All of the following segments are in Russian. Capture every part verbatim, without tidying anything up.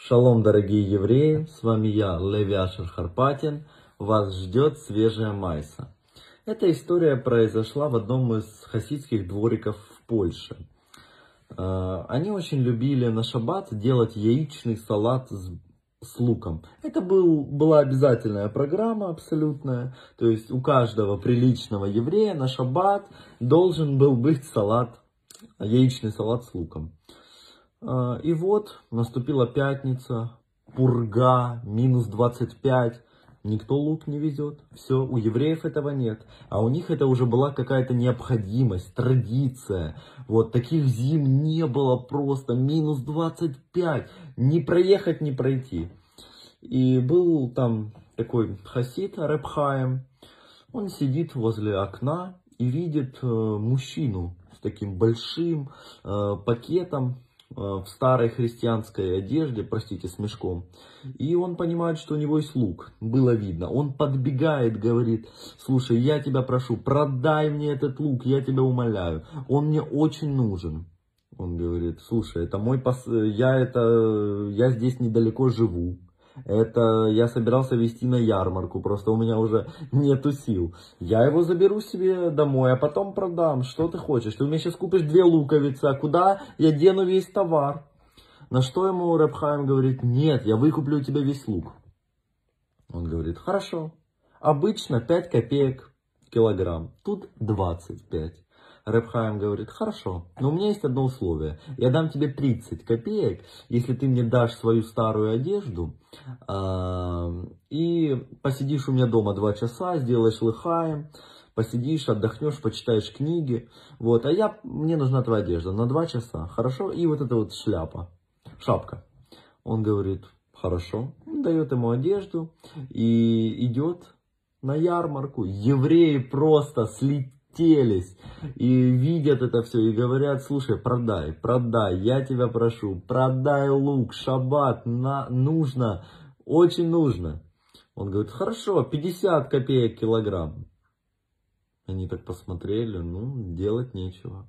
Шалом, дорогие евреи, с вами я, Леви Ашер Харпатин. Вас ждет свежая майса. Эта история произошла в одном из хасидских двориков в Польше. Они очень любили на шаббат делать яичный салат с, с луком. Это был, была обязательная программа абсолютная. То есть у каждого приличного еврея на шаббат должен был быть салат, яичный салат с луком. И вот наступила пятница, пурга, минус двадцать пять, никто лук не везет, все, у евреев этого нет, а у них это уже была какая-то необходимость, традиция, вот таких зим не было просто, минус двадцать пять, не проехать, не пройти. И был там такой хасид Реб Хаим, он сидит возле окна и видит мужчину с таким большим пакетом, в старой христианской одежде, простите, с мешком. И он понимает, что у него есть лук. Было видно. Он подбегает, говорит: слушай, я тебя прошу, продай мне этот лук, я тебя умоляю. Он мне очень нужен. Он говорит: слушай, это мой пос... я, это... я здесь недалеко живу. Это я собирался везти на ярмарку, просто у меня уже нету сил. Я его заберу себе домой, а потом продам. Что ты хочешь? Ты у меня сейчас купишь две луковицы, а куда я дену весь товар? На что ему Реб Хаим говорит: нет, я выкуплю у тебя весь лук. Он говорит: хорошо. Обычно пять копеек килограмм, тут двадцать пять. Реб Хаим говорит: хорошо, но у меня есть одно условие. Я дам тебе тридцать копеек, если ты мне дашь свою старую одежду э, и посидишь у меня дома два часа, сделаешь лыхаем, посидишь, отдохнешь, почитаешь книги. Вот, а я, мне нужна твоя одежда на два часа, хорошо? И вот эта вот шляпа, шапка. Он говорит: хорошо. Он дает ему одежду и идет на ярмарку. Евреи просто слетели. И видят это все и говорят: слушай, продай, продай, я тебя прошу, продай лук, шаббат, на, нужно, очень нужно. Он говорит: хорошо, пятьдесят копеек килограмм. Они так посмотрели, ну, делать нечего.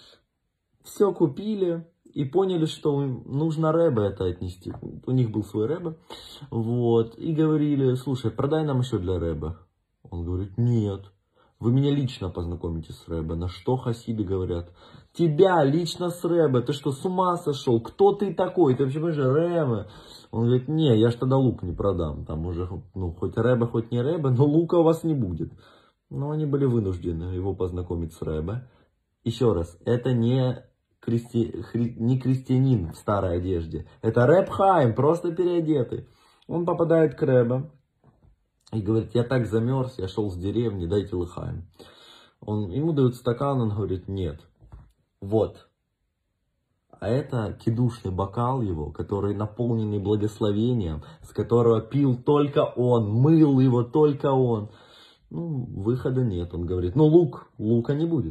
Все купили и поняли, что нужно Ребе это отнести. У них был свой Ребе. Вот, и говорили: слушай, продай нам еще для Ребе. Он говорит: нет. Вы меня лично познакомите с Ребе. На что хасиды говорят: тебя лично с Ребе? Ты что, с ума сошел? Кто ты такой? Ты вообще понимаешь, Ребе? Он говорит: не, я ж тогда лук не продам. Там уже, ну, хоть Ребе, хоть не Ребе, но лука у вас не будет. Но они были вынуждены его познакомить с Ребе. Еще раз, это не, христи... хри... не крестьянин в старой одежде. Это Реб Хаим, просто переодетый. Он попадает к Ребе и говорит: я так замерз, я шел с деревни, дайте лыхаем. Он, ему дают стакан, он говорит: нет. Вот. А это кидушный бокал его, который наполненный благословением, с которого пил только он, мыл его только он. Ну, выхода нет, он говорит. Ну, лук, лука не будет.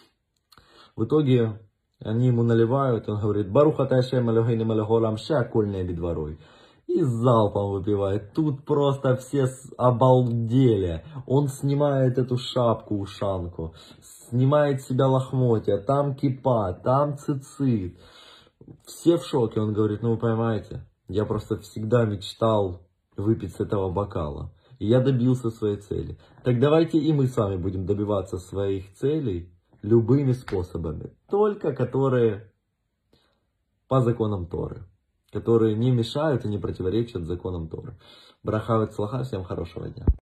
В итоге они ему наливают, он говорит: Барух ата Ашем Элохейну мелech хаолам ше'аколь не'я бидварой. И залпом выпивает. Тут просто все обалдели. Он снимает эту шапку-ушанку, снимает с себя лохмотья, там кипа, там цицит. Все в шоке. Он говорит: ну вы понимаете, я просто всегда мечтал выпить с этого бокала. И я добился своей цели. Так давайте и мы с вами будем добиваться своих целей любыми способами. Только которые по законам Торы. Которые не мешают и не противоречат законам Торы. Браха вецлаха, всем хорошего дня.